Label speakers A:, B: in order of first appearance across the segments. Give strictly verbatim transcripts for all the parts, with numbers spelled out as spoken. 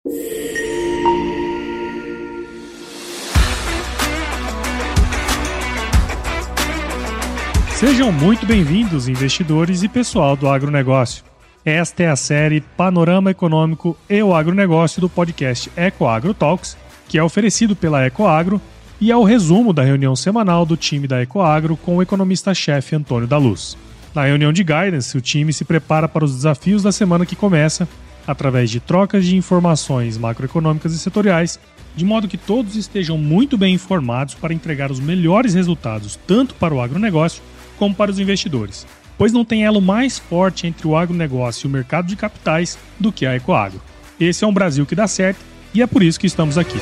A: Sejam muito bem-vindos, investidores e pessoal do agronegócio. Esta é a série Panorama Econômico e o Agronegócio do podcast Ecoagro Talks, que é oferecido pela Ecoagro e é o resumo da reunião semanal do time da Ecoagro com o economista-chefe Antônio da Luz. Na reunião de guidance, o time se prepara para os desafios da semana que começa, através de trocas de informações macroeconômicas e setoriais, de modo que todos estejam muito bem informados para entregar os melhores resultados tanto para o agronegócio como para os investidores, pois não tem elo mais forte entre o agronegócio e o mercado de capitais do que a Ecoagro. Esse é um Brasil que dá certo e é por isso que estamos aqui.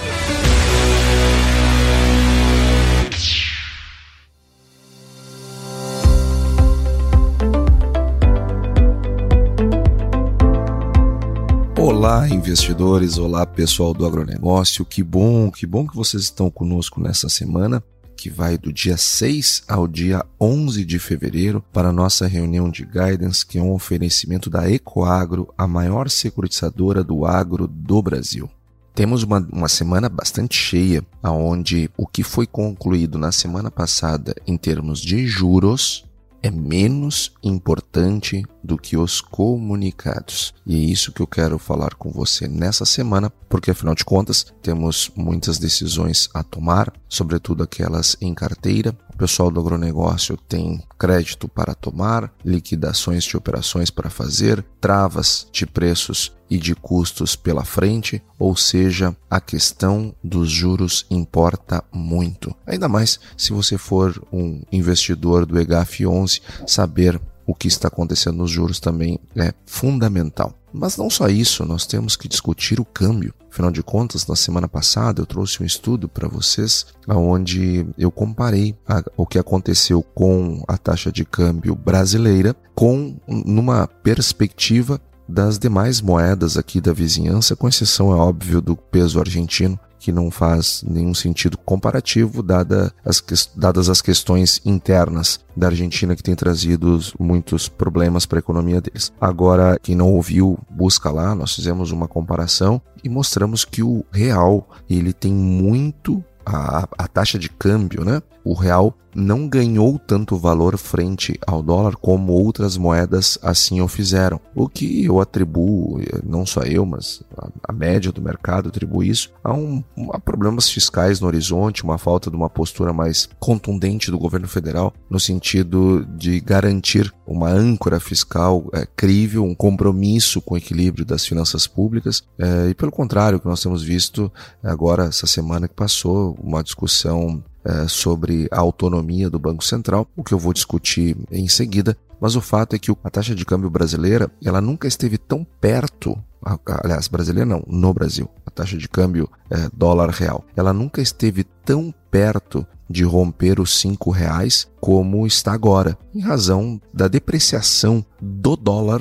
B: Olá, investidores, olá pessoal do agronegócio, que bom, que bom que vocês estão conosco nessa semana, que vai do dia seis ao dia onze de fevereiro para a nossa reunião de guidance, que é um oferecimento da Ecoagro, a maior securitizadora do agro do Brasil. Temos uma, uma semana bastante cheia, onde o que foi concluído na semana passada em termos de juros é menos importante do que os comunicados. E é isso que eu quero falar com você nessa semana, porque afinal de contas temos muitas decisões a tomar, sobretudo aquelas em carteira. O pessoal do agronegócio tem crédito para tomar, liquidações de operações para fazer, travas de preços e de custos pela frente, ou seja, a questão dos juros importa muito. Ainda mais se você for um investidor do E G A F onze, saber o que está acontecendo nos juros também é fundamental. Mas não só isso, nós temos que discutir o câmbio. Afinal de contas, na semana passada eu trouxe um estudo para vocês onde eu comparei a, o que aconteceu com a taxa de câmbio brasileira com numa perspectiva das demais moedas aqui da vizinhança, com exceção, é óbvio, do peso argentino, que não faz nenhum sentido comparativo, dada as, dadas as questões internas da Argentina, que tem trazido muitos problemas para a economia deles. Agora, quem não ouviu, busca lá, nós fizemos uma comparação e mostramos que o real, ele tem muito, a, a taxa de câmbio, né? O real não ganhou tanto valor frente ao dólar como outras moedas assim o fizeram. O que eu atribuo, não só eu, mas a, a média do mercado atribui isso a, um, a problemas fiscais no horizonte, uma falta de uma postura mais contundente do governo federal no sentido de garantir uma âncora fiscal é, crível, um compromisso com o equilíbrio das finanças públicas é, e pelo contrário, o que nós temos visto agora essa semana que passou, uma discussão sobre a autonomia do Banco Central, o que eu vou discutir em seguida, mas o fato é que a taxa de câmbio brasileira, ela nunca esteve tão perto, aliás, brasileira não, no Brasil, a taxa de câmbio é, dólar real, ela nunca esteve tão perto de romper os cinco reais como está agora, em razão da depreciação do dólar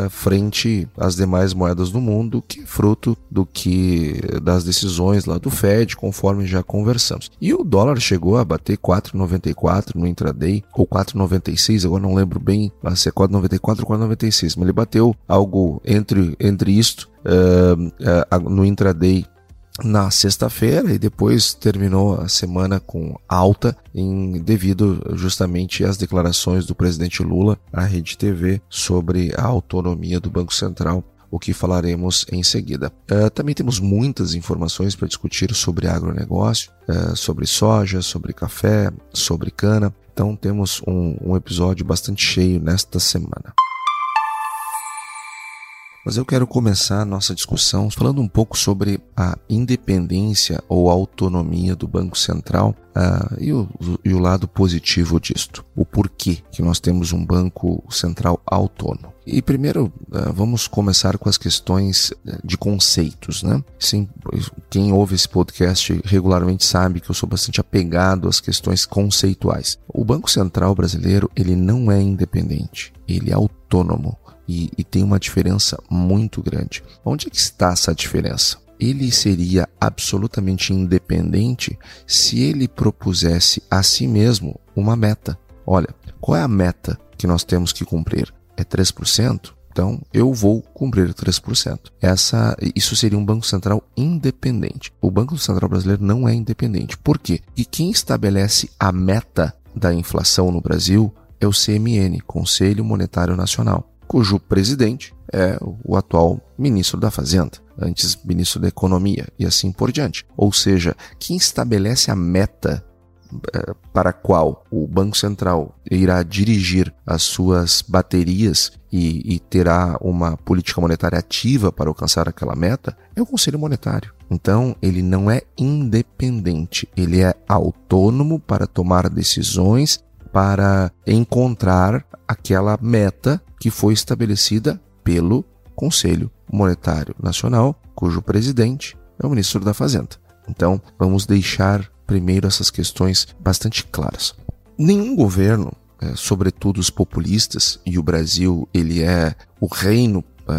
B: frente às demais moedas do mundo, que é fruto do que das decisões lá do Fed, conforme já conversamos. E o dólar chegou a bater quatro reais e noventa e quatro centavos no intraday, ou quatro reais e noventa e seis centavos, agora não lembro bem se é quatro reais e noventa e quatro centavos ou quatro reais e noventa e seis centavos, mas ele bateu algo entre, entre isto uh, uh, no intraday na sexta-feira e depois terminou a semana com alta em, devido justamente às declarações do presidente Lula à Rede T V sobre a autonomia do Banco Central, o que falaremos em seguida. Uh, também temos muitas informações para discutir sobre agronegócio, uh, sobre soja, sobre café, sobre cana, então temos um, um episódio bastante cheio nesta semana. Mas eu quero começar a nossa discussão falando um pouco sobre a independência ou autonomia do Banco Central uh, e, o, e o lado positivo disto. O porquê que nós temos um Banco Central autônomo. E primeiro, uh, vamos começar com as questões de conceitos, né? Sim, quem ouve esse podcast regularmente sabe que eu sou bastante apegado às questões conceituais. O Banco Central brasileiro, ele não é independente, ele é autônomo. E, e tem uma diferença muito grande. Onde é que está essa diferença? Ele seria absolutamente independente se ele propusesse a si mesmo uma meta. Olha, qual é a meta que nós temos que cumprir? É três por cento? Então, eu vou cumprir três por cento. Essa, isso seria um Banco Central independente. O Banco Central brasileiro não é independente. Por quê? E quem estabelece a meta da inflação no Brasil é o C M N, Conselho Monetário Nacional, cujo presidente é o atual ministro da Fazenda, antes ministro da Economia e assim por diante. Ou seja, quem estabelece a meta para a qual o Banco Central irá dirigir as suas baterias e, e terá uma política monetária ativa para alcançar aquela meta é o Conselho Monetário. Então, ele não é independente, ele é autônomo para tomar decisões, para encontrar aquela meta que foi estabelecida pelo Conselho Monetário Nacional, cujo presidente é o ministro da Fazenda. Então, vamos deixar primeiro essas questões bastante claras. Nenhum governo, é, sobretudo os populistas, e o Brasil ele é o reino,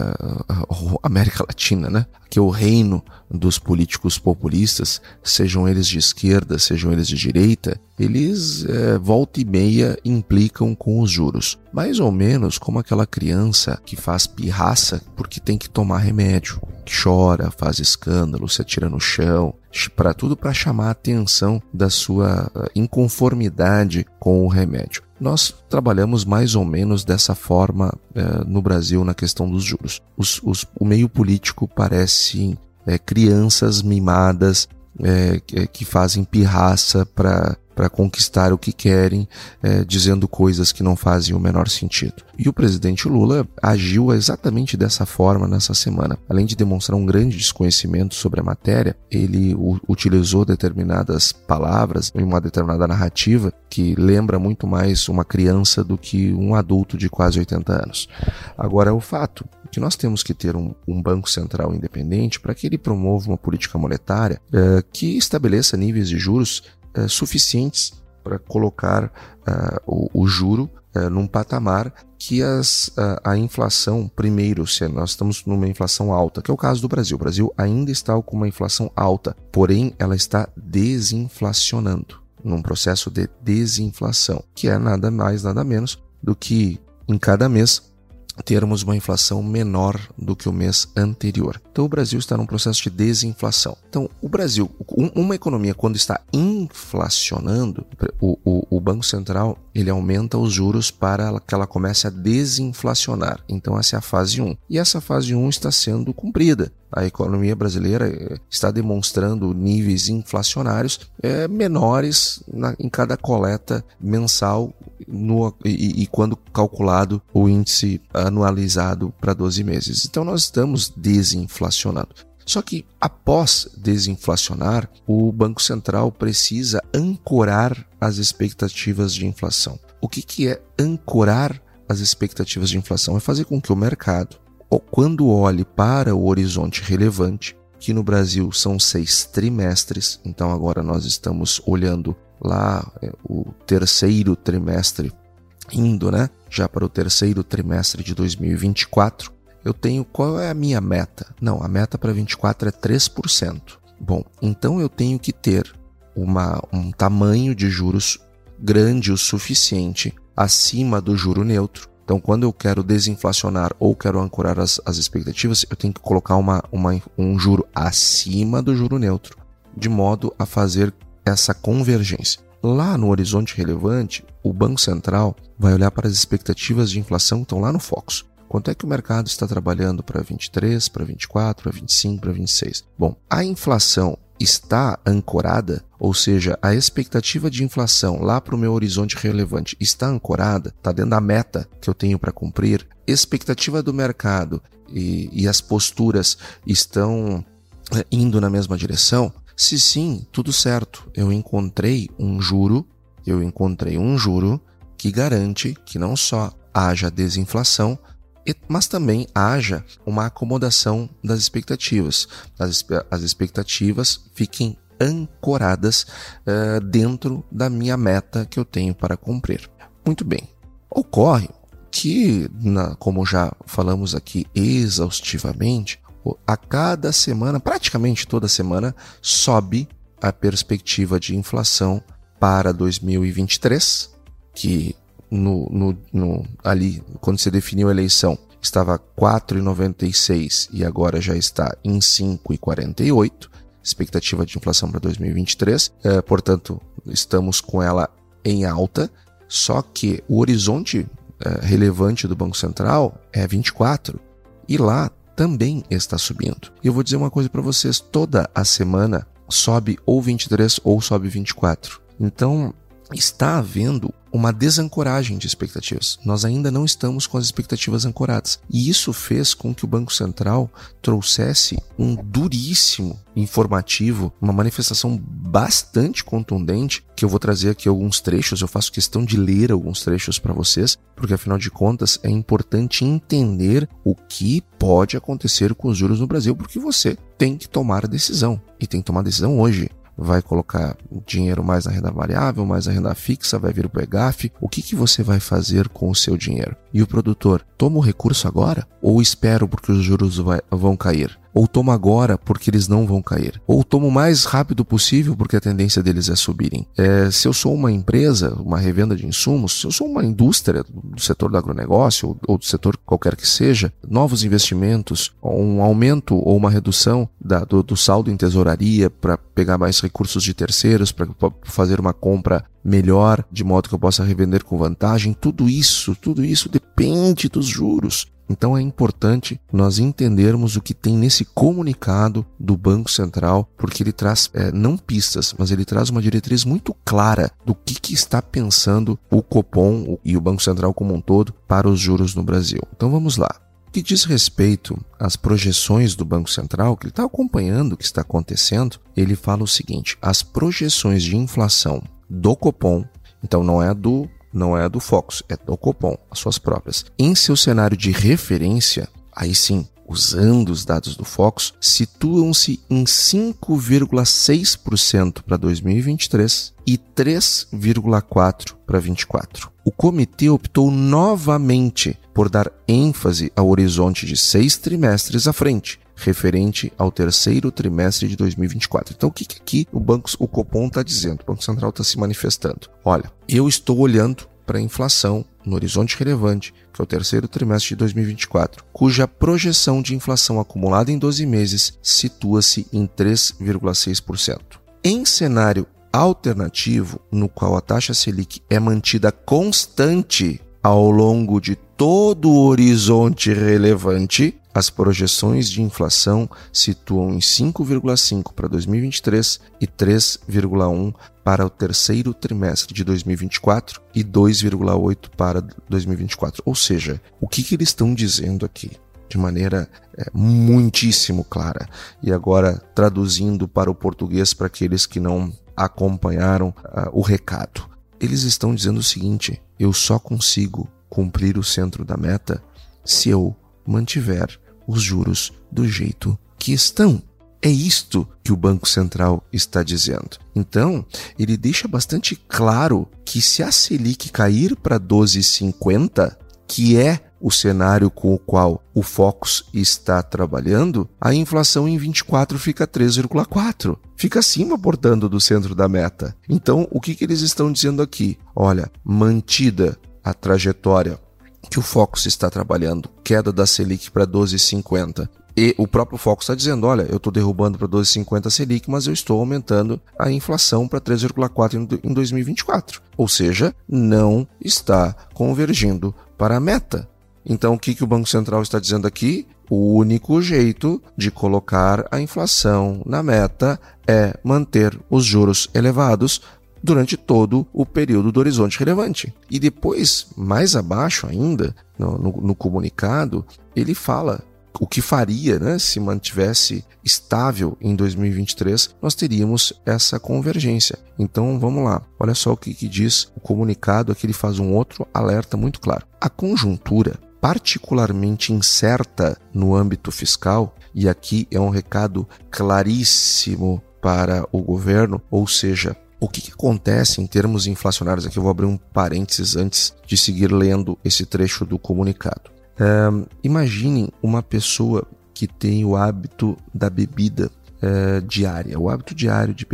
B: uh, América Latina, né? Que é o reino dos políticos populistas, sejam eles de esquerda, sejam eles de direita, eles é, volta e meia implicam com os juros. Mais ou menos como aquela criança que faz pirraça porque tem que tomar remédio, que chora, faz escândalo, se atira no chão, para tudo para chamar a atenção da sua inconformidade com o remédio. Nós trabalhamos mais ou menos dessa forma eh, no Brasil na questão dos juros. Os, os, o meio político parece eh, crianças mimadas eh, que fazem pirraça para para conquistar o que querem, eh, dizendo coisas que não fazem o menor sentido. E o presidente Lula agiu exatamente dessa forma nessa semana. Além de demonstrar um grande desconhecimento sobre a matéria, ele u- utilizou determinadas palavras em uma determinada narrativa que lembra muito mais uma criança do que um adulto de quase oitenta anos. Agora, o fato que nós temos que ter um, um Banco Central independente para que ele promova uma política monetária eh, que estabeleça níveis de juros Uh, suficientes para colocar uh, o, o juro uh, num patamar que as, uh, a inflação, primeiro, se nós estamos numa inflação alta, que é o caso do Brasil. O Brasil ainda está com uma inflação alta, porém ela está desinflacionando, num processo de desinflação, que é nada mais, nada menos do que em cada mês termos uma inflação menor do que o mês anterior. Então o Brasil está num processo de desinflação. Então o Brasil, uma economia quando está inflacionando, o, o, o Banco Central ele aumenta os juros para que ela comece a desinflacionar. Então essa é a fase um. E essa fase um está sendo cumprida. A economia brasileira está demonstrando níveis inflacionários é, menores na, em cada coleta mensal no, e, e quando calculado o índice anualizado para doze meses. Então nós estamos desinflacionando. Só que após desinflacionar, o Banco Central precisa ancorar as expectativas de inflação. O que, que é ancorar as expectativas de inflação? É fazer com que o mercado, quando olhe para o horizonte relevante, que no Brasil são seis trimestres, então agora nós estamos olhando lá é, o terceiro trimestre, indo né, já para o terceiro trimestre de dois mil e vinte e quatro, eu tenho, qual é a minha meta? Não, a meta para vinte e quatro é três por cento. Bom, então eu tenho que ter uma, um tamanho de juros grande o suficiente acima do juro neutro. Então, quando eu quero desinflacionar ou quero ancorar as, as expectativas, eu tenho que colocar uma, uma, um juro acima do juro neutro, de modo a fazer essa convergência. Lá no horizonte relevante, o Banco Central vai olhar para as expectativas de inflação que estão lá no Focus. Quanto é que o mercado está trabalhando para vinte e três, para vinte e quatro, para vinte e cinco, para vinte e seis? Bom, a inflação está ancorada, ou seja, a expectativa de inflação lá para o meu horizonte relevante está ancorada, está dentro da meta que eu tenho para cumprir, expectativa do mercado e, e as posturas estão indo na mesma direção? Se sim, tudo certo, eu encontrei um juro, eu encontrei um juro que garante que não só haja desinflação, mas também haja uma acomodação das expectativas. As, as expectativas fiquem ancoradas uh, dentro da minha meta que eu tenho para cumprir. Muito bem. Ocorre que, na, como já falamos aqui exaustivamente, a cada semana, praticamente toda semana, sobe a perspectiva de inflação para dois mil e vinte e três, que No, no, no, ali, quando se definiu a eleição, estava quatro vírgula noventa e seis e agora já está em cinco vírgula quarenta e oito, expectativa de inflação para dois mil e vinte e três, é, portanto, estamos com ela em alta, só que o horizonte é, relevante do Banco Central é vinte e quatro, e lá também está subindo. E eu vou dizer uma coisa para vocês, toda a semana sobe ou vinte e três ou sobe vinte e quatro. Então, está havendo uma desancoragem de expectativas. Nós ainda não estamos com as expectativas ancoradas. E isso fez com que o Banco Central trouxesse um duríssimo informativo, uma manifestação bastante contundente, que eu vou trazer aqui alguns trechos, eu faço questão de ler alguns trechos para vocês, porque afinal de contas é importante entender o que pode acontecer com os juros no Brasil, porque você tem que tomar a decisão, e tem que tomar a decisão hoje. Vai colocar dinheiro mais na renda variável, mais na renda fixa, vai vir o B G A F. O que, que você vai fazer com o seu dinheiro? E o produtor, toma o recurso agora? Ou espero porque os juros vai, vão cair? Ou tomo agora porque eles não vão cair? Ou tomo o mais rápido possível porque a tendência deles é subirem? É, se eu sou uma empresa, uma revenda de insumos, se eu sou uma indústria do setor do agronegócio ou, ou do setor qualquer que seja, novos investimentos, um aumento ou uma redução da, do, do saldo em tesouraria para pegar mais recursos de terceiros, para fazer uma compra melhor, de modo que eu possa revender com vantagem, tudo isso, tudo isso depende dos juros. Então é importante nós entendermos o que tem nesse comunicado do Banco Central, porque ele traz, é, não pistas, mas ele traz uma diretriz muito clara do que, que está pensando o Copom e o Banco Central como um todo para os juros no Brasil. Então vamos lá. O que diz respeito às projeções do Banco Central, que ele está acompanhando o que está acontecendo, ele fala o seguinte: as projeções de inflação do Copom, então não é do não é do Focus, é do Copom, as suas próprias. Em seu cenário de referência, aí sim, usando os dados do Focus, situam-se em cinco vírgula seis por cento para dois mil e vinte e três e três vírgula quatro por cento para vinte e quatro. O comitê optou novamente por dar ênfase ao horizonte de seis trimestres à frente, referente ao terceiro trimestre de dois mil e vinte e quatro. Então, o que, que aqui o, banco, o Copom está dizendo? O Banco Central está se manifestando. Olha, eu estou olhando para a inflação no horizonte relevante, que é o terceiro trimestre de dois mil e vinte e quatro, cuja projeção de inflação acumulada em doze meses situa-se em três vírgula seis por cento. Em cenário alternativo, no qual a taxa Selic é mantida constante ao longo de todo o horizonte relevante, as projeções de inflação situam em cinco vírgula cinco para dois mil e vinte e três e três vírgula um para o terceiro trimestre de dois mil e vinte e quatro e dois vírgula oito para dois mil e vinte e quatro. Ou seja, o que, que eles estão dizendo aqui? De maneira é, muitíssimo clara. E agora, traduzindo para o português para aqueles que não acompanharam uh, o recado. Eles estão dizendo o seguinte: eu só consigo cumprir o centro da meta se eu mantiver os juros do jeito que estão. É isto que o Banco Central está dizendo. Então, ele deixa bastante claro que se a Selic cair para doze vírgula cinquenta, que é o cenário com o qual o Focus está trabalhando, a inflação em vinte e quatro fica três vírgula quatro. Fica acima, portanto, do centro da meta. Então, o que, que eles estão dizendo aqui? Olha, mantida a trajetória que o Focus está trabalhando, queda da Selic para doze vírgula cinquenta. E o próprio Focus está dizendo, olha, eu estou derrubando para doze vírgula cinquenta a Selic, mas eu estou aumentando a inflação para três vírgula quatro em dois mil e vinte e quatro. Ou seja, não está convergindo para a meta. Então, o que, que o Banco Central está dizendo aqui? O único jeito de colocar a inflação na meta é manter os juros elevados durante todo o período do horizonte relevante. E depois, mais abaixo ainda, no, no, no comunicado, ele fala o que faria, né, se mantivesse estável em dois mil e vinte e três, nós teríamos essa convergência. Então, vamos lá. Olha só o que, que diz o comunicado, aqui ele faz um outro alerta muito claro. A conjuntura particularmente incerta no âmbito fiscal, e aqui é um recado claríssimo para o governo, ou seja, o que, que acontece em termos inflacionários? Aqui eu vou abrir um parênteses antes de seguir lendo esse trecho do comunicado. É, imaginem uma pessoa que tem o hábito da bebida é, diária, o hábito diário de beber.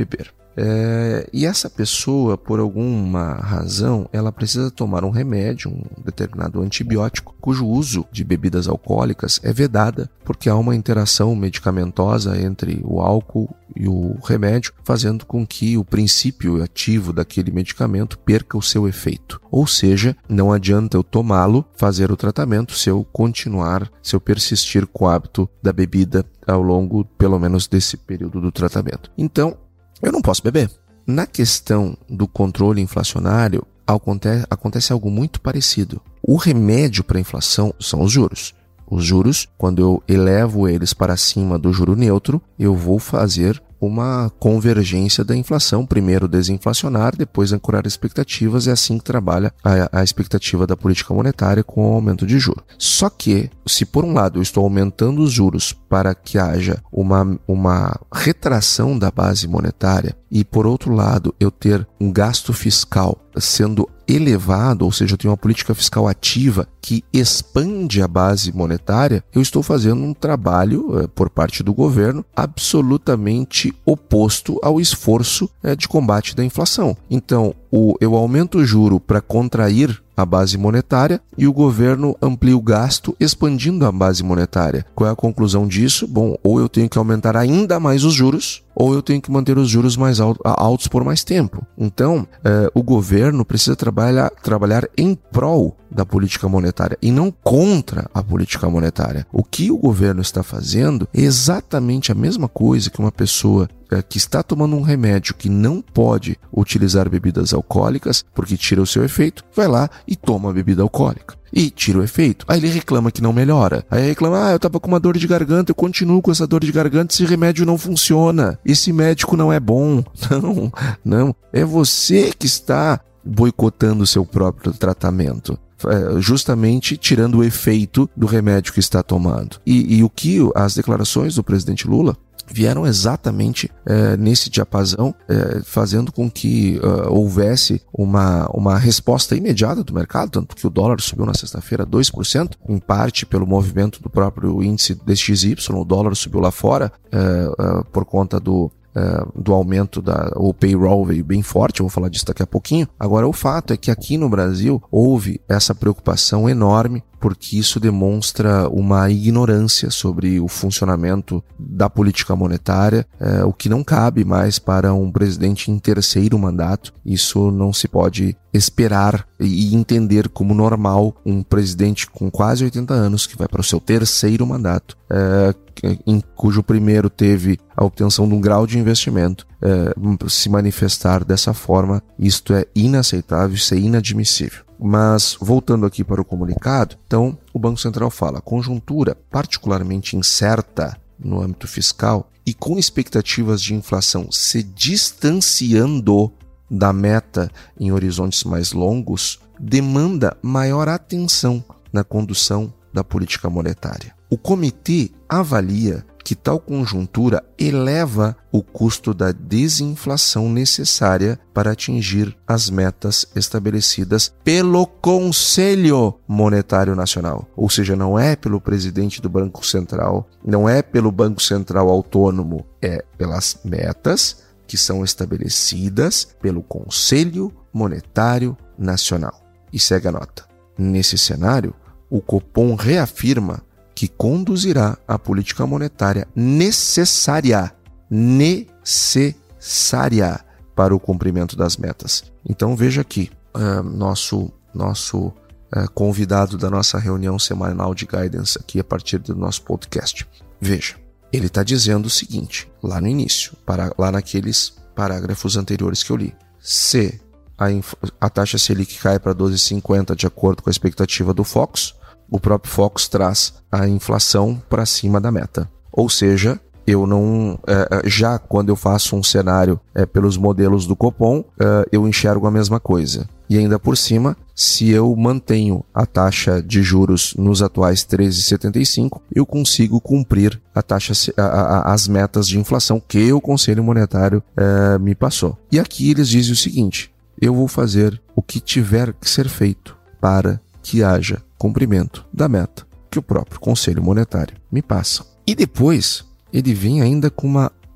B: É, e essa pessoa, por alguma razão, ela precisa tomar um remédio, um determinado antibiótico, cujo uso de bebidas alcoólicas é vedada, porque há uma interação medicamentosa entre o álcool e o remédio, fazendo com que o princípio ativo daquele medicamento perca o seu efeito. Ou seja, não adianta eu tomá-lo, fazer o tratamento, se eu continuar, se eu persistir com o hábito da bebida ao longo, pelo menos, desse período do tratamento. Então, eu não posso beber. Na questão do controle inflacionário, acontece, acontece algo muito parecido. O remédio para a inflação são os juros. Os juros, quando eu elevo eles para cima do juro neutro, eu vou fazer uma convergência da inflação, primeiro desinflacionar, depois ancorar expectativas, é assim que trabalha a, a expectativa da política monetária com o aumento de juros. Só que, se por um lado eu estou aumentando os juros para que haja uma, uma retração da base monetária e por outro lado eu ter um gasto fiscal sendo elevado, ou seja, eu tenho uma política fiscal ativa que expande a base monetária, eu estou fazendo um trabalho eh, por parte do governo absolutamente oposto ao esforço eh, de combate da inflação. Então, o, eu aumento o juro para contrair a base monetária e o governo amplia o gasto expandindo a base monetária. Qual é a conclusão disso? Bom, ou eu tenho que aumentar ainda mais os juros, ou eu tenho que manter os juros mais altos por mais tempo. Então, eh, o governo precisa trabalhar, trabalhar em prol da política monetária e não contra a política monetária. O que o governo está fazendo é exatamente a mesma coisa que uma pessoa eh, que está tomando um remédio que não pode utilizar bebidas alcoólicas porque tira o seu efeito, vai lá e toma a bebida alcoólica. E tira o efeito. Aí ele reclama que não melhora. Aí reclama, ah, eu tava com uma dor de garganta, eu continuo com essa dor de garganta, esse remédio não funciona. Esse médico não é bom. Não, não. É você que está boicotando o seu próprio tratamento. Justamente tirando o efeito do remédio que está tomando. E, e o que as declarações do presidente Lula vieram exatamente é, nesse diapasão, é, fazendo com que uh, houvesse uma, uma resposta imediata do mercado, tanto que o dólar subiu na sexta-feira dois por cento, em parte pelo movimento do próprio índice D X Y, o dólar subiu lá fora é, é, por conta do Uh, do aumento da o payroll veio bem forte, eu vou falar disso daqui a pouquinho. Agora, o fato é que aqui no Brasil houve essa preocupação enorme, porque isso demonstra uma ignorância sobre o funcionamento da política monetária, uh, o que não cabe mais para um presidente em terceiro mandato. Isso não se pode esperar e entender como normal um presidente com quase oitenta anos que vai para o seu terceiro mandato, uh, em cujo primeiro teve a obtenção de um grau de investimento, é, se manifestar dessa forma. Isto é inaceitável, isso é inadmissível. Mas, voltando aqui para o comunicado, então, o Banco Central fala, a conjuntura particularmente incerta no âmbito fiscal e com expectativas de inflação se distanciando da meta em horizontes mais longos, demanda maior atenção na condução da política monetária. O comitê avalia que tal conjuntura eleva o custo da desinflação necessária para atingir as metas estabelecidas pelo Conselho Monetário Nacional. Ou seja, não é pelo presidente do Banco Central, não é pelo Banco Central autônomo, é pelas metas que são estabelecidas pelo Conselho Monetário Nacional. E segue a nota. Nesse cenário, o Copom reafirma que conduzirá a política monetária necessária, necessária para o cumprimento das metas. Então veja aqui, uh, nosso, nosso uh, convidado da nossa reunião semanal de guidance aqui a partir do nosso podcast. Veja, ele está dizendo o seguinte, lá no início, para, lá naqueles parágrafos anteriores que eu li. Se a, inf- a taxa Selic cai para doze vírgula cinquenta de acordo com a expectativa do Fox, o próprio Fox traz a inflação para cima da meta. Ou seja, eu não, é, já quando eu faço um cenário é, pelos modelos do Copom, é, eu enxergo a mesma coisa. E ainda por cima, se eu mantenho a taxa de juros nos atuais treze vírgula setenta e cinco, eu consigo cumprir a taxa, a, a, as metas de inflação que o Conselho Monetário é, me passou. E aqui eles dizem o seguinte, eu vou fazer o que tiver que ser feito para que haja cumprimento da meta que o próprio Conselho Monetário me passa. E depois, ele vem ainda com uma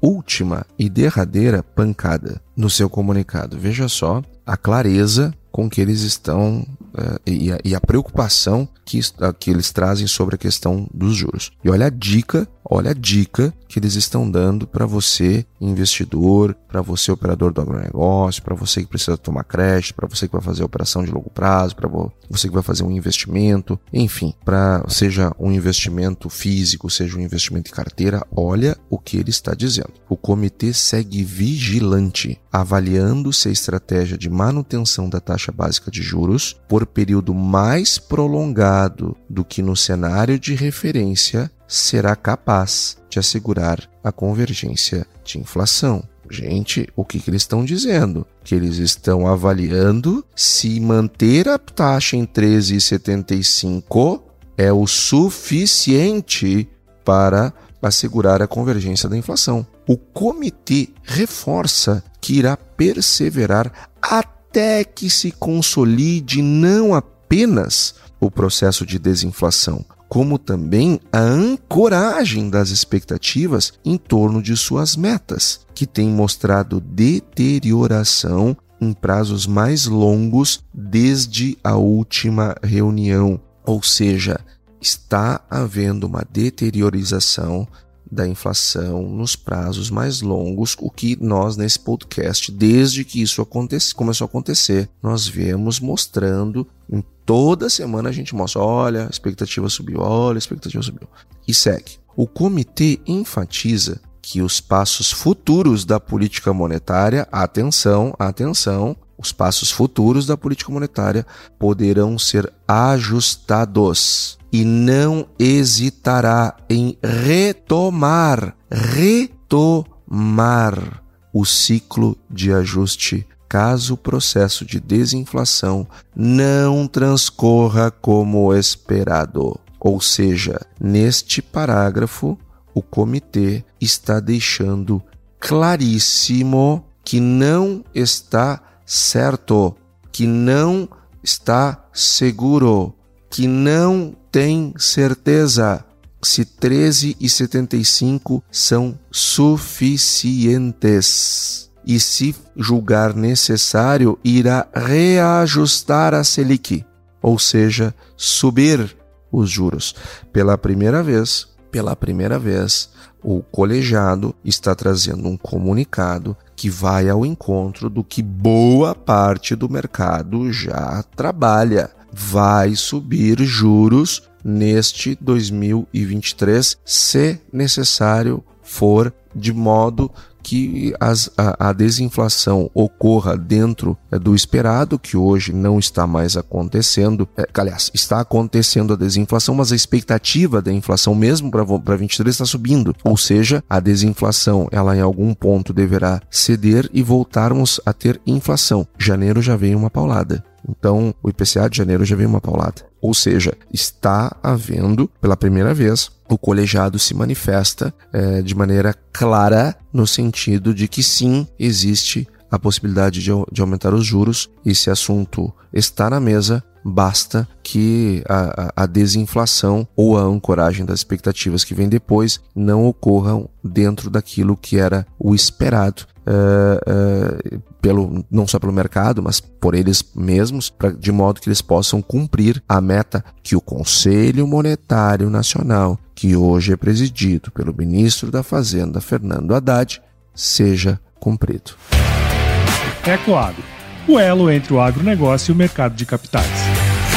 B: última e derradeira pancada no seu comunicado. Veja só a clareza com que eles estão uh, e, a, e a preocupação que, uh, que eles trazem sobre a questão dos juros. E olha a dica, olha a dica que eles estão dando para você, investidor, para você, operador do agronegócio, para você que precisa tomar crédito, para você que vai fazer operação de longo prazo, para você que vai fazer um investimento, enfim, para seja um investimento físico, seja um investimento em carteira, olha o que ele está dizendo. O comitê segue vigilante, avaliando se a estratégia de manutenção da taxa básica de juros por período mais prolongado do que no cenário de referência será capaz de assegurar a convergência de inflação. Gente, o que, que eles estão dizendo? Que eles estão avaliando se manter a taxa em treze vírgula setenta e cinco é o suficiente para assegurar a convergência da inflação. O comitê reforça que irá perseverar até que se consolide não apenas o processo de desinflação, como também a ancoragem das expectativas em torno de suas metas, que tem mostrado deterioração em prazos mais longos desde a última reunião. Ou seja, está havendo uma deteriorização da inflação nos prazos mais longos, o que nós nesse podcast, desde que isso acontece, começou a acontecer, nós viemos mostrando, em toda semana a gente mostra, olha, a expectativa subiu, olha, a expectativa subiu. E segue. O comitê enfatiza que os passos futuros da política monetária, atenção, atenção, os passos futuros da política monetária poderão ser ajustados e não hesitará em retomar, retomar o ciclo de ajuste caso o processo de desinflação não transcorra como esperado. Ou seja, neste parágrafo, o comitê está deixando claríssimo que não está certo, que não está seguro, que não tem certeza se treze vírgula setenta e cinco são suficientes. E se julgar necessário, irá reajustar a Selic, ou seja, subir os juros. Pela primeira vez, pela primeira vez, o colegiado está trazendo um comunicado que vai ao encontro do que boa parte do mercado já trabalha. Vai subir juros neste dois mil e vinte e três, se necessário for, de modo que as, a, a desinflação ocorra dentro é, do esperado, que hoje não está mais acontecendo. É, aliás, está acontecendo a desinflação, mas a expectativa da inflação mesmo para vinte e três está subindo. Ou seja, a desinflação ela em algum ponto deverá ceder e voltarmos a ter inflação. Janeiro já veio uma paulada. Então, o I P C A de janeiro já veio uma paulada. Ou seja, está havendo, pela primeira vez, o colegiado se manifesta é, de maneira clara no sentido de que sim, existe a possibilidade de, de aumentar os juros. Esse assunto está na mesa, basta que a, a desinflação ou a ancoragem das expectativas que vem depois não ocorram dentro daquilo que era o esperado. Uh, uh, pelo, não só pelo mercado, mas por eles mesmos, pra, de modo que eles possam cumprir a meta que o Conselho Monetário Nacional, que hoje é presidido pelo ministro da Fazenda, Fernando Haddad, seja cumprido.
A: Ecoagro, o elo entre o agronegócio e o mercado de capitais.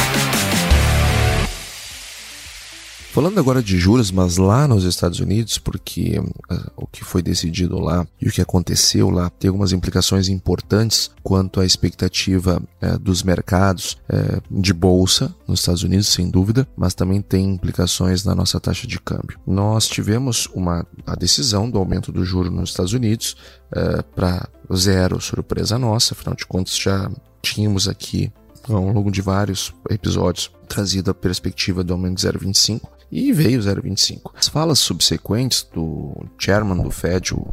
B: Falando agora de juros, mas lá nos Estados Unidos, porque uh, o que foi decidido lá e o que aconteceu lá tem algumas implicações importantes quanto à expectativa uh, dos mercados uh, de bolsa nos Estados Unidos, sem dúvida, mas também tem implicações na nossa taxa de câmbio. Nós tivemos uma, a decisão do aumento do juro nos Estados Unidos uh, para zero, surpresa nossa, afinal de contas já tínhamos aqui ao longo de vários episódios trazido a perspectiva do aumento de zero vírgula vinte e cinco. E veio zero vírgula vinte e cinco. As falas subsequentes do chairman do Fed, o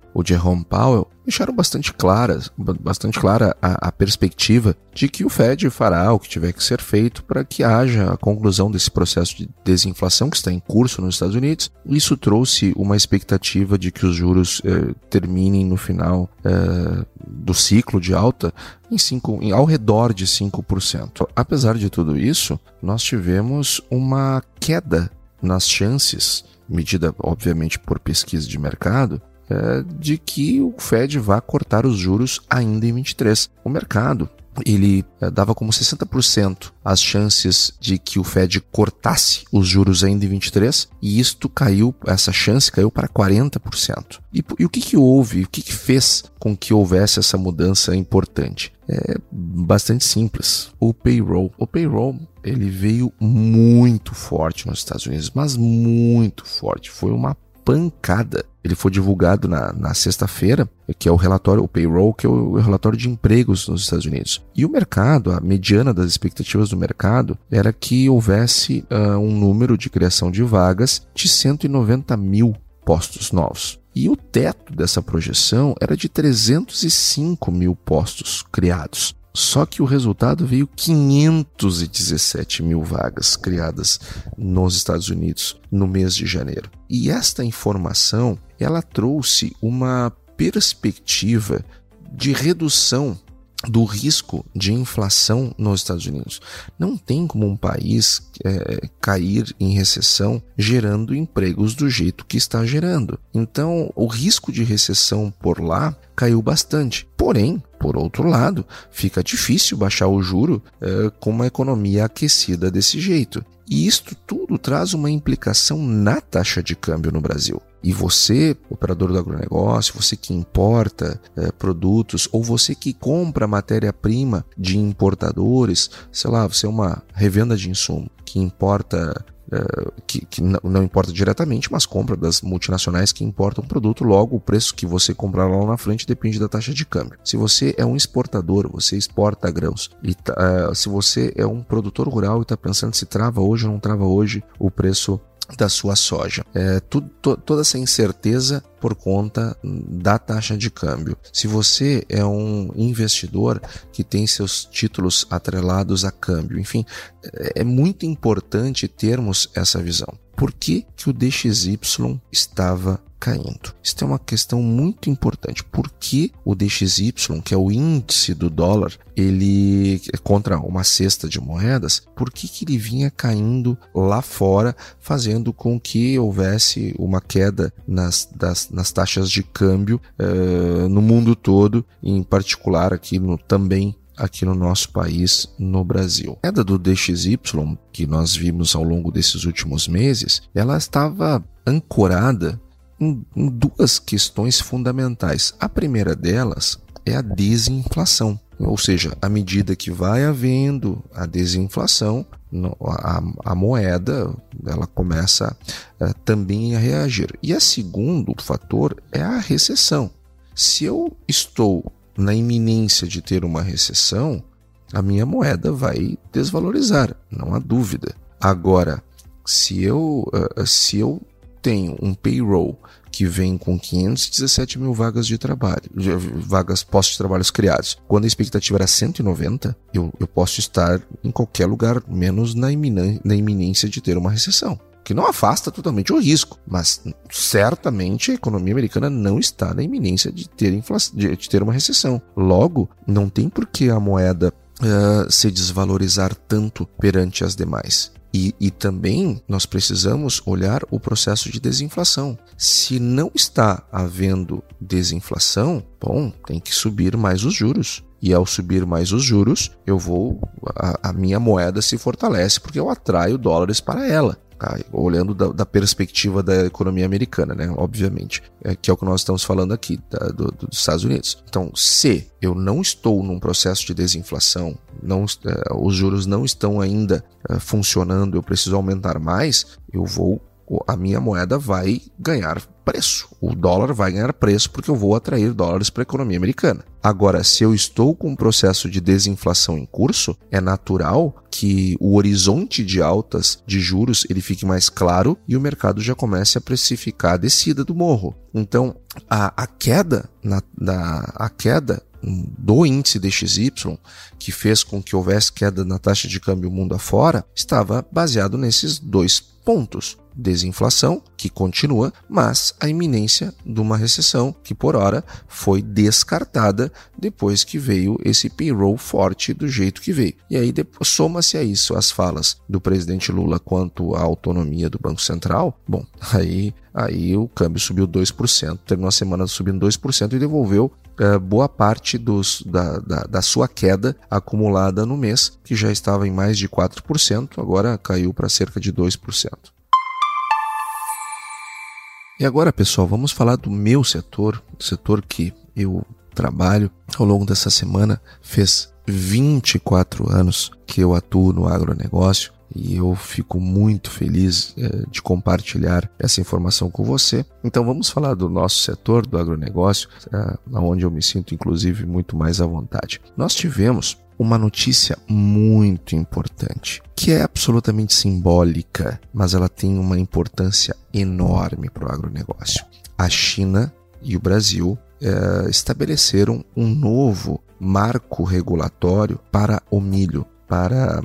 B: o Jerome Powell, deixaram bastante claras, bastante clara a, a perspectiva de que o Fed fará o que tiver que ser feito para que haja a conclusão desse processo de desinflação que está em curso nos Estados Unidos. Isso trouxe uma expectativa de que os juros eh, terminem no final eh, do ciclo de alta em cinco, em, ao redor de cinco por cento. Apesar de tudo isso, nós tivemos uma queda nas chances, medida obviamente por pesquisa de mercado, de que o Fed vá cortar os juros ainda em vinte e três. O mercado, ele dava como sessenta por cento as chances de que o Fed cortasse os juros ainda em vinte e três, e isto caiu, essa chance caiu para quarenta por cento. E, e o que que houve, o que que fez com que houvesse essa mudança importante? É bastante simples. O payroll. O payroll, ele veio muito forte nos Estados Unidos, mas muito forte. Foi uma pancada. Ele foi divulgado na, na sexta-feira, que é o relatório, o payroll, que é o relatório de empregos nos Estados Unidos. E o mercado, a mediana das expectativas do mercado, era que houvesse uh, um número de criação de vagas de cento e noventa mil postos novos. E o teto dessa projeção era de trezentos e cinco mil postos criados. Só que o resultado veio quinhentos e dezessete mil vagas criadas nos Estados Unidos no mês de janeiro. E esta informação, ela trouxe uma perspectiva de redução do risco de inflação nos Estados Unidos. Não tem como um país é, cair em recessão gerando empregos do jeito que está gerando. Então, o risco de recessão por lá caiu bastante. Porém, por outro lado, fica difícil baixar o juro é, com uma economia aquecida desse jeito. E isto tudo traz uma implicação na taxa de câmbio no Brasil. E você, operador do agronegócio, você que importa é, produtos, ou você que compra matéria-prima de importadores, sei lá, você é uma revenda de insumo que importa, é, que, que não, não importa diretamente, mas compra das multinacionais que importam produto, logo o preço que você comprar lá na frente depende da taxa de câmbio. Se você é um exportador, você exporta grãos, e tá, é, se você é um produtor rural e está pensando se trava hoje ou não trava hoje o preço da sua soja. É, tudo, to, toda essa incerteza por conta da taxa de câmbio. Se você é um investidor que tem seus títulos atrelados a câmbio, enfim, é muito importante termos essa visão. Por que que o D X Y estava caindo? Isso é uma questão muito importante. Por que o D X Y, que é o índice do dólar, ele contra uma cesta de moedas, por que que ele vinha caindo lá fora, fazendo com que houvesse uma queda nas, das, nas taxas de câmbio uh, no mundo todo, em particular aqui no, também aqui no nosso país, no Brasil. A queda do D X Y, que nós vimos ao longo desses últimos meses, ela estava ancorada em, em duas questões fundamentais. A primeira delas é a desinflação, ou seja, à medida que vai havendo a desinflação, a, a moeda ela começa uh, também a reagir. E o segundo fator é a recessão. Se eu estou na iminência de ter uma recessão, a minha moeda vai desvalorizar, não há dúvida. Agora, se eu, uh, se eu tenho um payroll que vem com quinhentos e dezessete mil vagas de trabalho, vagas postos de trabalhos criados, quando a expectativa era cento e noventa, eu, eu posso estar em qualquer lugar, menos na, iminen- na iminência de ter uma recessão. Que não afasta totalmente o risco, mas certamente a economia americana não está na iminência de ter, inflação, de, de ter uma recessão. Logo, não tem por que a moeda uh, se desvalorizar tanto perante as demais. E, e também nós precisamos olhar o processo de desinflação. Se não está havendo desinflação, bom, tem que subir mais os juros. E ao subir mais os juros, eu vou a, a minha moeda se fortalece porque eu atraio dólares para ela. Tá? Olhando da, da perspectiva da economia americana, né? Obviamente, é, que é o que nós estamos falando aqui, tá? do, do, dos Estados Unidos. Então, se eu não estou num processo de desinflação, não, é, os juros não estão ainda é, funcionando, eu preciso aumentar mais, eu vou, a minha moeda vai ganhar preço. O dólar vai ganhar preço porque eu vou atrair dólares para a economia americana. Agora, se eu estou com um processo de desinflação em curso, é natural que o horizonte de altas de juros ele fique mais claro e o mercado já comece a precificar a descida do morro. Então, a, a queda na, na, a queda do índice D X Y, que fez com que houvesse queda na taxa de câmbio mundo afora, estava baseado nesses dois pontos. Desinflação, que continua, mas a iminência de uma recessão, que por hora foi descartada depois que veio esse payroll forte do jeito que veio. E aí soma-se a isso as falas do presidente Lula quanto à autonomia do Banco Central. Bom, aí, aí o câmbio subiu dois por cento, terminou a semana subindo dois por cento e devolveu Uh, boa parte dos, da, da, da sua queda acumulada no mês, que já estava em mais de quatro por cento, agora caiu para cerca de dois por cento. E agora, pessoal, vamos falar do meu setor, o setor que eu trabalho. Ao longo dessa semana, fez vinte e quatro anos que eu atuo no agronegócio. E eu fico muito feliz eh, de compartilhar essa informação com você. Então vamos falar do nosso setor, do agronegócio, eh, onde eu me sinto inclusive muito mais à vontade. Nós tivemos uma notícia muito importante, que é absolutamente simbólica, mas ela tem uma importância enorme para o agronegócio. A China e o Brasil eh, estabeleceram um novo marco regulatório para o milho, para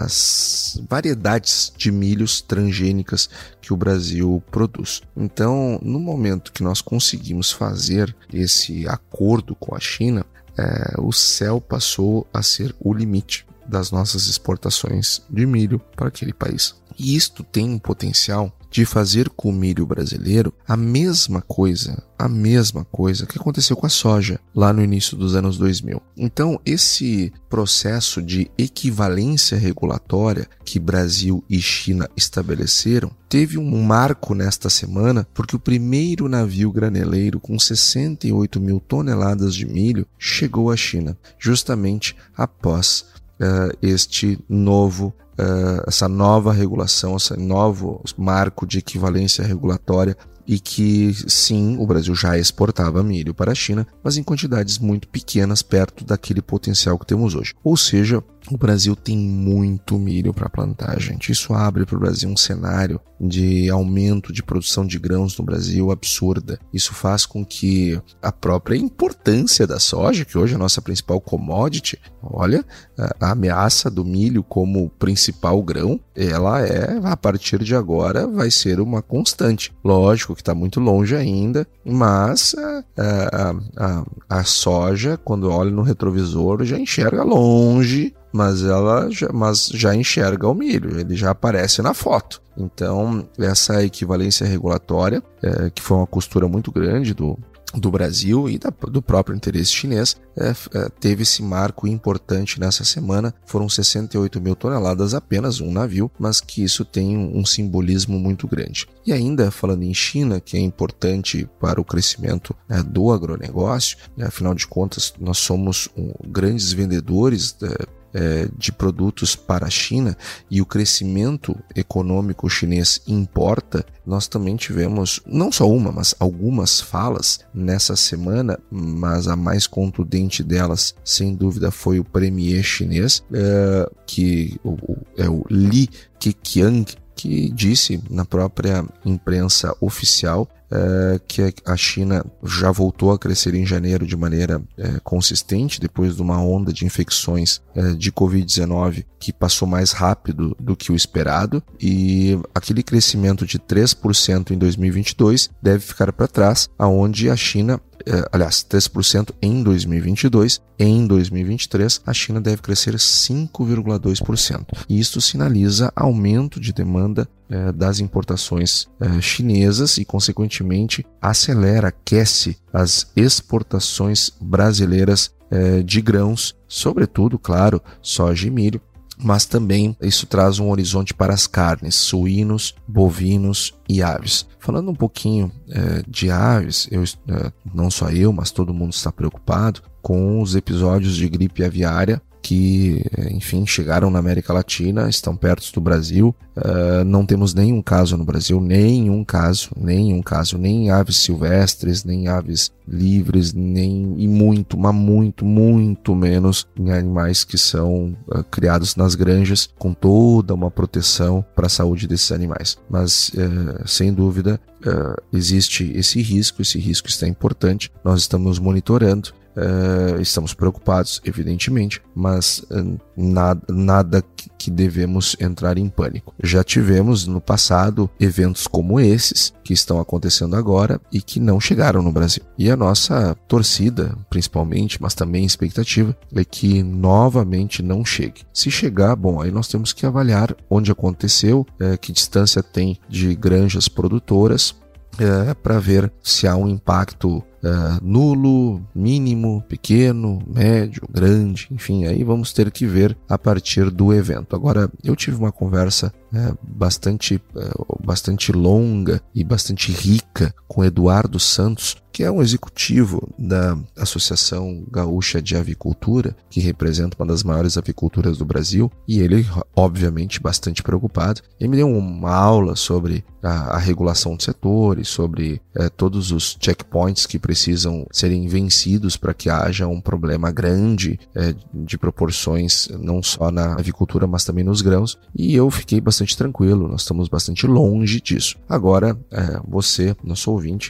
B: as variedades de milhos transgênicas que o Brasil produz. Então, no momento que nós conseguimos fazer esse acordo com a China, é, o céu passou a ser o limite das nossas exportações de milho para aquele país. E isto tem um potencial de fazer com o milho brasileiro a mesma coisa, a mesma coisa que aconteceu com a soja lá no início dos anos dois mil. Então, esse processo de equivalência regulatória que Brasil e China estabeleceram teve um marco nesta semana, porque o primeiro navio graneleiro com sessenta e oito mil toneladas de milho chegou à China, justamente após uh, este novo Uh, essa nova regulação, esse novo marco de equivalência regulatória, e que sim, o Brasil já exportava milho para a China, mas em quantidades muito pequenas perto daquele potencial que temos hoje. Ou seja, o Brasil tem muito milho para plantar, gente. Isso abre para o Brasil um cenário de aumento de produção de grãos no Brasil absurda. Isso faz com que a própria importância da soja, que hoje é a nossa principal commodity, olha, a ameaça do milho como principal grão, ela é, a partir de agora, vai ser uma constante. Lógico que está muito longe ainda, mas a, a, a, a soja, quando olha no retrovisor, já enxerga longe, mas ela já, mas já enxerga o milho, ele já aparece na foto. Então, essa equivalência regulatória, é, que foi uma costura muito grande do, do Brasil e da, do próprio interesse chinês, é, é, teve esse marco importante nessa semana. Foram sessenta e oito mil toneladas, apenas um navio, mas que isso tem um, um simbolismo muito grande. E ainda falando em China, que é importante para o crescimento é, do agronegócio, né, afinal de contas, nós somos um, grandes vendedores é, de produtos para a China, e o crescimento econômico chinês importa. Nós também tivemos não só uma, mas algumas falas nessa semana, mas a mais contundente delas, sem dúvida, foi o premier chinês, é, que é o Li Keqiang, que disse na própria imprensa oficial é, que a China já voltou a crescer em janeiro de maneira é, consistente, depois de uma onda de infecções é, de covid dezenove que passou mais rápido do que o esperado, e aquele crescimento de três por cento em dois mil e vinte e dois deve ficar para trás, aonde a China, é, aliás, três por cento em dois mil e vinte e dois, em dois mil e vinte e três a China deve crescer cinco vírgula dois por cento. E isso sinaliza aumento de demanda é, das importações é, chinesas e, consequentemente, acelera, aquece as exportações brasileiras é, de grãos, sobretudo, claro, soja e milho, mas também isso traz um horizonte para as carnes, suínos, bovinos e aves. Falando um pouquinho é, de aves, eu, é, não só eu, mas todo mundo está preocupado com os episódios de gripe aviária que, enfim, chegaram na América Latina, estão perto do Brasil. Uh, não temos nenhum caso no Brasil, nenhum caso, nenhum caso, nem aves silvestres, nem aves livres, nem e muito, mas muito, muito menos em animais que são uh, criados nas granjas com toda uma proteção para a saúde desses animais. Mas, uh, sem dúvida, uh, existe esse risco, esse risco está importante, nós estamos monitorando. Uh, estamos preocupados, evidentemente, mas uh, nada, nada que, que devemos entrar em pânico. Já tivemos no passado eventos como esses que estão acontecendo agora e que não chegaram no Brasil. E a nossa torcida, principalmente, mas também expectativa, é que novamente não chegue. Se chegar, bom, aí nós temos que avaliar onde aconteceu, uh, que distância tem de granjas produtoras, uh, para ver se há um impacto Uh, nulo, mínimo, pequeno, médio, grande, enfim, aí vamos ter que ver a partir do evento. Agora, eu tive uma conversa uh, bastante, uh, bastante longa e bastante rica com Eduardo Santos, que é um executivo da Associação Gaúcha de Avicultura, que representa uma das maiores aviculturas do Brasil, e ele, obviamente, bastante preocupado. Ele me deu uma aula sobre a, a regulação do setor e sobre uh, todos os checkpoints que precisam precisam serem vencidos para que haja um problema grande é, de proporções não só na avicultura, mas também nos grãos, e eu fiquei bastante tranquilo, nós estamos bastante longe disso. Agora, é, você, nosso ouvinte,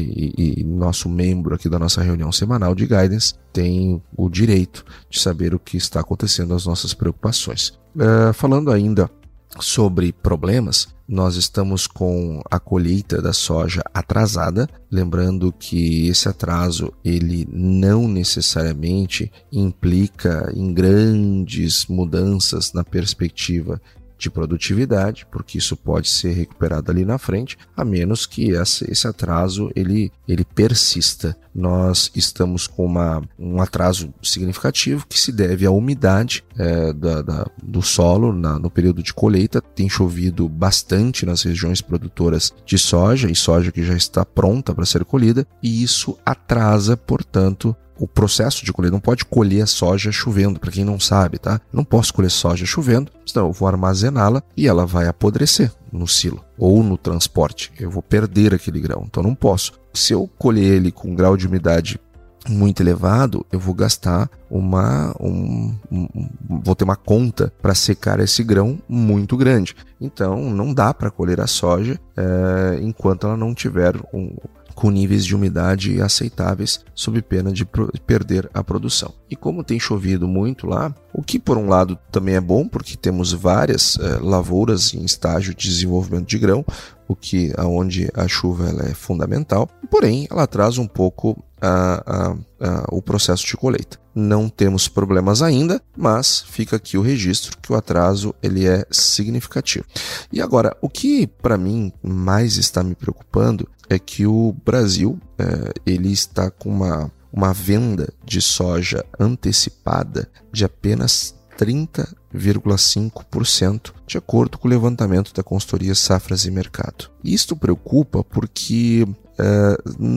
B: e, e nosso membro aqui da nossa reunião semanal de Guidance, tem o direito de saber o que está acontecendo, as nossas preocupações. É, falando ainda sobre problemas, nós estamos com a colheita da soja atrasada, lembrando que esse atraso ele não necessariamente implica em grandes mudanças na perspectiva de produtividade, porque isso pode ser recuperado ali na frente, a menos que essa, esse atraso ele, ele persista. Nós estamos com uma, um atraso significativo que se deve à umidade é, da, da, do solo na, no período de colheita. Tem chovido bastante nas regiões produtoras de soja, e soja que já está pronta para ser colhida, e isso atrasa, portanto, o processo de colher. Não pode colher a soja chovendo, para quem não sabe, tá? Não posso colher soja chovendo, senão eu vou armazená-la e ela vai apodrecer no silo ou no transporte. Eu vou perder aquele grão, então não posso. Se eu colher ele com um grau de umidade muito elevado, eu vou gastar uma um, um, vou ter uma conta para secar esse grão muito grande. Então não dá para colher a soja é, enquanto ela não tiver um com níveis de umidade aceitáveis, sob pena de pro- perder a produção. E como tem chovido muito lá, o que por um lado também é bom, porque temos várias eh, lavouras em estágio de desenvolvimento de grão, o que aonde a chuva ela é fundamental, porém ela traz um pouco a, a, a, o processo de colheita. Não temos problemas ainda, mas fica aqui o registro que o atraso ele é significativo. E agora, o que para mim mais está me preocupando é que o Brasil é, ele está com uma, uma venda de soja antecipada de apenas trinta vírgula cinco por cento, de acordo com o levantamento da consultoria Safras e Mercado. Isto preocupa porque é,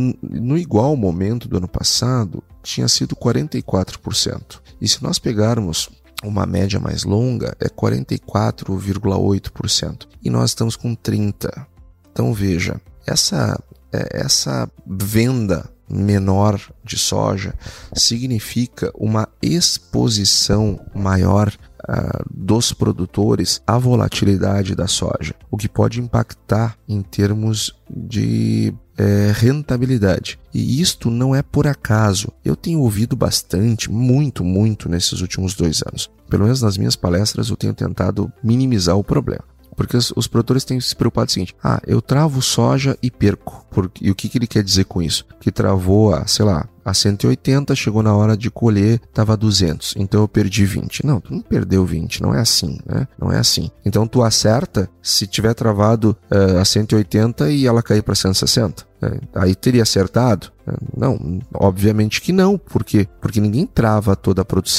B: no igual momento do ano passado tinha sido quarenta e quatro por cento. E se nós pegarmos uma média mais longa, é quarenta e quatro vírgula oito por cento. E nós estamos com trinta por cento. Então veja, essa, essa venda menor de soja significa uma exposição maior uh, dos produtores à volatilidade da soja, o que pode impactar em termos de é, rentabilidade. E isto não é por acaso. Eu tenho ouvido bastante, muito, muito nesses últimos dois anos. Pelo menos nas minhas palestras eu tenho tentado minimizar o problema. Porque os, os produtores têm se preocupado com o seguinte: ah, eu travo soja e perco. Por, e o que, que ele quer dizer com isso? Que travou a, sei lá, a cento e oitenta, chegou na hora de colher, estava a duzentos, então eu perdi vinte. Não, tu não perdeu vinte, não é assim, né? Não é assim. Então tu acerta se tiver travado uh, a cento e oitenta e ela cair para cento e sessenta. Né? Aí teria acertado? Não, obviamente que não. Por quê? Porque ninguém trava toda a produção.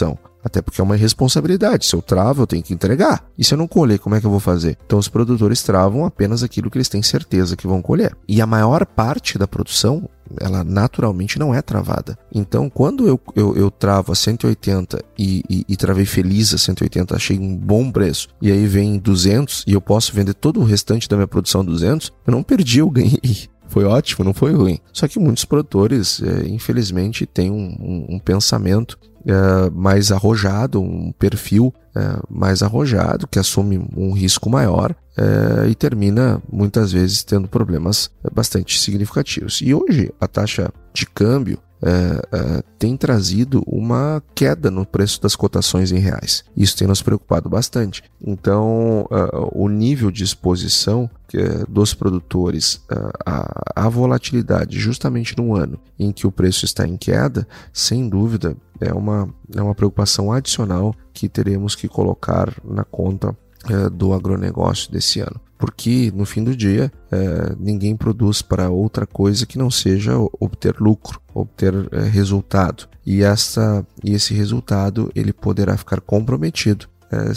B: até porque é uma irresponsabilidade. Se eu travo, eu tenho que entregar. E se eu não colher, como é que eu vou fazer? Então os produtores travam apenas aquilo que eles têm certeza que vão colher. E a maior parte da produção, ela naturalmente não é travada. Então, quando eu, eu, eu travo a cento e oitenta e, e, e travei feliz a cento e oitenta, achei um bom preço, e aí vem duzentos e eu posso vender todo o restante da minha produção a duzentos, eu não perdi, eu ganhei. Foi ótimo, não foi ruim. Só que muitos produtores, é, infelizmente, têm um, um, um pensamento é, mais arrojado, um perfil é, mais arrojado, que assume um risco maior é, e termina, muitas vezes, tendo problemas bastante significativos. E hoje, a taxa de câmbio É, é, tem trazido uma queda no preço das cotações em reais. Isso tem nos preocupado bastante. Então, uh, o nível de exposição que, uh, dos produtores uh, à, à volatilidade, justamente no ano em que o preço está em queda, sem dúvida, é uma, é uma preocupação adicional que teremos que colocar na conta uh, do agronegócio desse ano. Porque, no fim do dia, é, ninguém produz para outra coisa que não seja obter lucro, obter é, resultado. E, essa, e esse resultado ele poderá ficar comprometido é,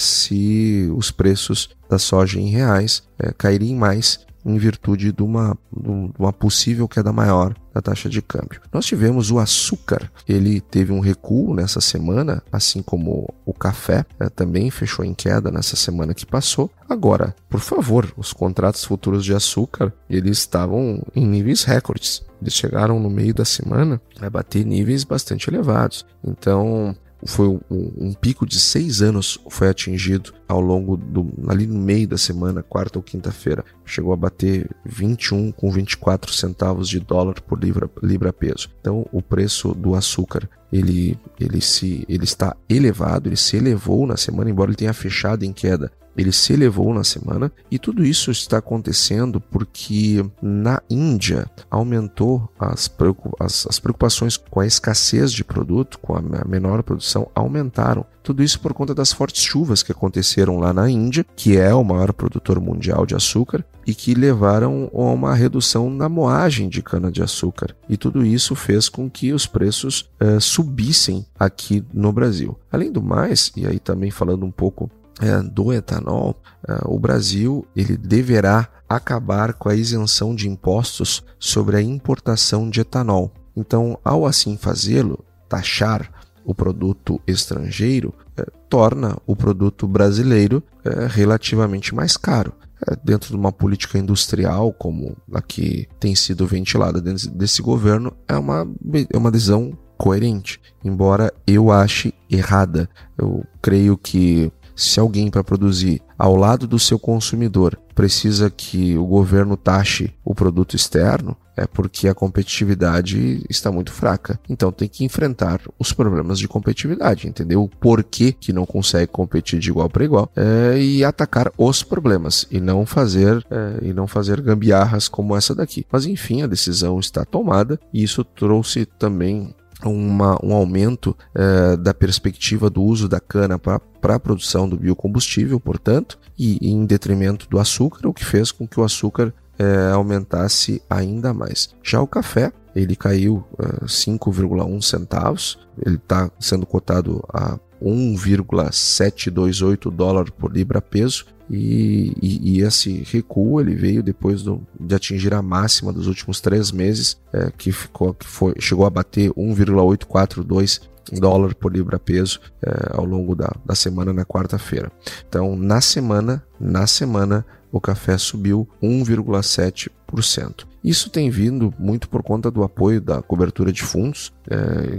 B: se os preços da soja em reais é, caírem mais em virtude de uma, de uma possível queda maior da taxa de câmbio. Nós tivemos o açúcar, ele teve um recuo nessa semana, assim como o café é, também fechou em queda nessa semana que passou. Agora, por favor, os contratos futuros de açúcar, eles estavam em níveis recordes. Eles chegaram no meio da semana a bater níveis bastante elevados. Então, foi um, um pico de seis anos foi atingido ao longo do, ali no meio da semana, quarta ou quinta-feira, chegou a bater vinte e um com vinte e quatro centavos de dólar por libra, libra peso. Então o preço do açúcar ele, ele, se, ele está elevado, ele se elevou na semana, embora ele tenha fechado em queda, ele se elevou na semana, e tudo isso está acontecendo porque na Índia aumentou as, as, as preocupações com a escassez de produto, com a menor produção, aumentaram. Tudo isso por conta das fortes chuvas que aconteceram lá na Índia, que é o maior produtor mundial de açúcar, e que levaram a uma redução na moagem de cana-de-açúcar. E tudo isso fez com que os preços uh, subissem aqui no Brasil. Além do mais, e aí também falando um pouco É, do etanol, é, o Brasil ele deverá acabar com a isenção de impostos sobre a importação de etanol. Então, ao assim fazê-lo, taxar o produto estrangeiro é, torna o produto brasileiro é, relativamente mais caro. É, dentro de uma política industrial como a que tem sido ventilada dentro desse governo, é uma, é uma decisão coerente, embora eu ache errada. Eu creio que se alguém, para produzir ao lado do seu consumidor, precisa que o governo taxe o produto externo, é porque a competitividade está muito fraca. Então tem que enfrentar os problemas de competitividade, entendeu? O porquê que não consegue competir de igual para igual é, e atacar os problemas e não fazer é, e não fazer gambiarras como essa daqui. Mas enfim, a decisão está tomada e isso trouxe também Uma, um aumento eh, da perspectiva do uso da cana para a produção do biocombustível, portanto, e em detrimento do açúcar, o que fez com que o açúcar eh, aumentasse ainda mais. Já o café, ele caiu eh, cinco vírgula um centavos, ele está sendo cotado a um vírgula setecentos e vinte e oito dólares por libra peso, E, e, e esse recuo ele veio depois do, de atingir a máxima dos últimos três meses, é, que, ficou, que foi, chegou a bater um vírgula oitocentos e quarenta e dois dólares por libra peso é, ao longo da, da semana na quarta-feira. Então, na semana, na semana, o café subiu um vírgula sete por cento. Isso tem vindo muito por conta do apoio da cobertura de fundos é,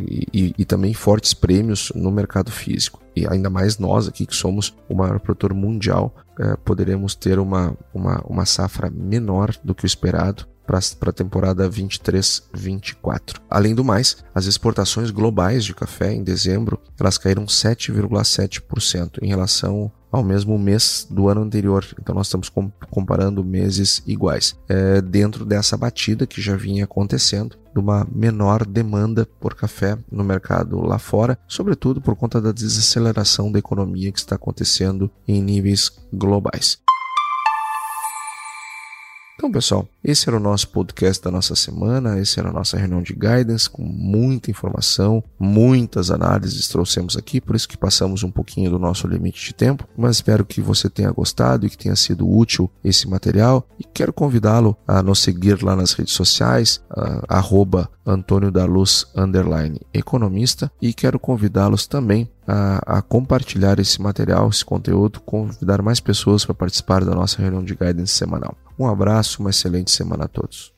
B: e, e também fortes prêmios no mercado físico. E ainda mais nós aqui, que somos o maior produtor mundial, é, poderemos ter uma, uma, uma safra menor do que o esperado para a temporada vinte e três vinte e quatro. Além do mais, as exportações globais de café em dezembro elas caíram sete vírgula sete por cento em relação ao mesmo mês do ano anterior. Então nós estamos comparando meses iguais. É, dentro dessa batida que já vinha acontecendo, de uma menor demanda por café no mercado lá fora, sobretudo por conta da desaceleração da economia que está acontecendo em níveis globais. Então, pessoal, esse era o nosso podcast da nossa semana, essa era a nossa reunião de guidance, com muita informação, muitas análises trouxemos aqui, por isso que passamos um pouquinho do nosso limite de tempo, mas espero que você tenha gostado e que tenha sido útil esse material, e quero convidá-lo a nos seguir lá nas redes sociais, uh, arroba Antônio da Luz, underline economista, e quero convidá-los também a, a compartilhar esse material, esse conteúdo, convidar mais pessoas para participar da nossa reunião de guidance semanal. Um abraço, uma excelente semana a todos.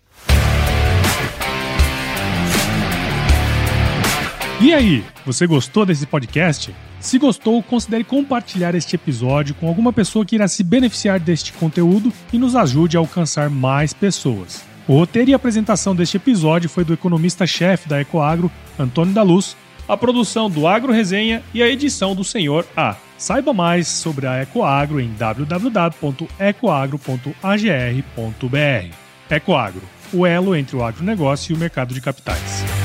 A: E aí, você gostou desse podcast? Se gostou, considere compartilhar este episódio com alguma pessoa que irá se beneficiar deste conteúdo e nos ajude a alcançar mais pessoas. O roteiro e apresentação deste episódio foi do economista-chefe da Ecoagro, Antônio da Luz, a produção do Agro Resenha e a edição do Senhor A. Saiba mais sobre a Ecoagro em w w w ponto ecoagro ponto a g r ponto b r. Ecoagro, o elo entre o agronegócio e o mercado de capitais.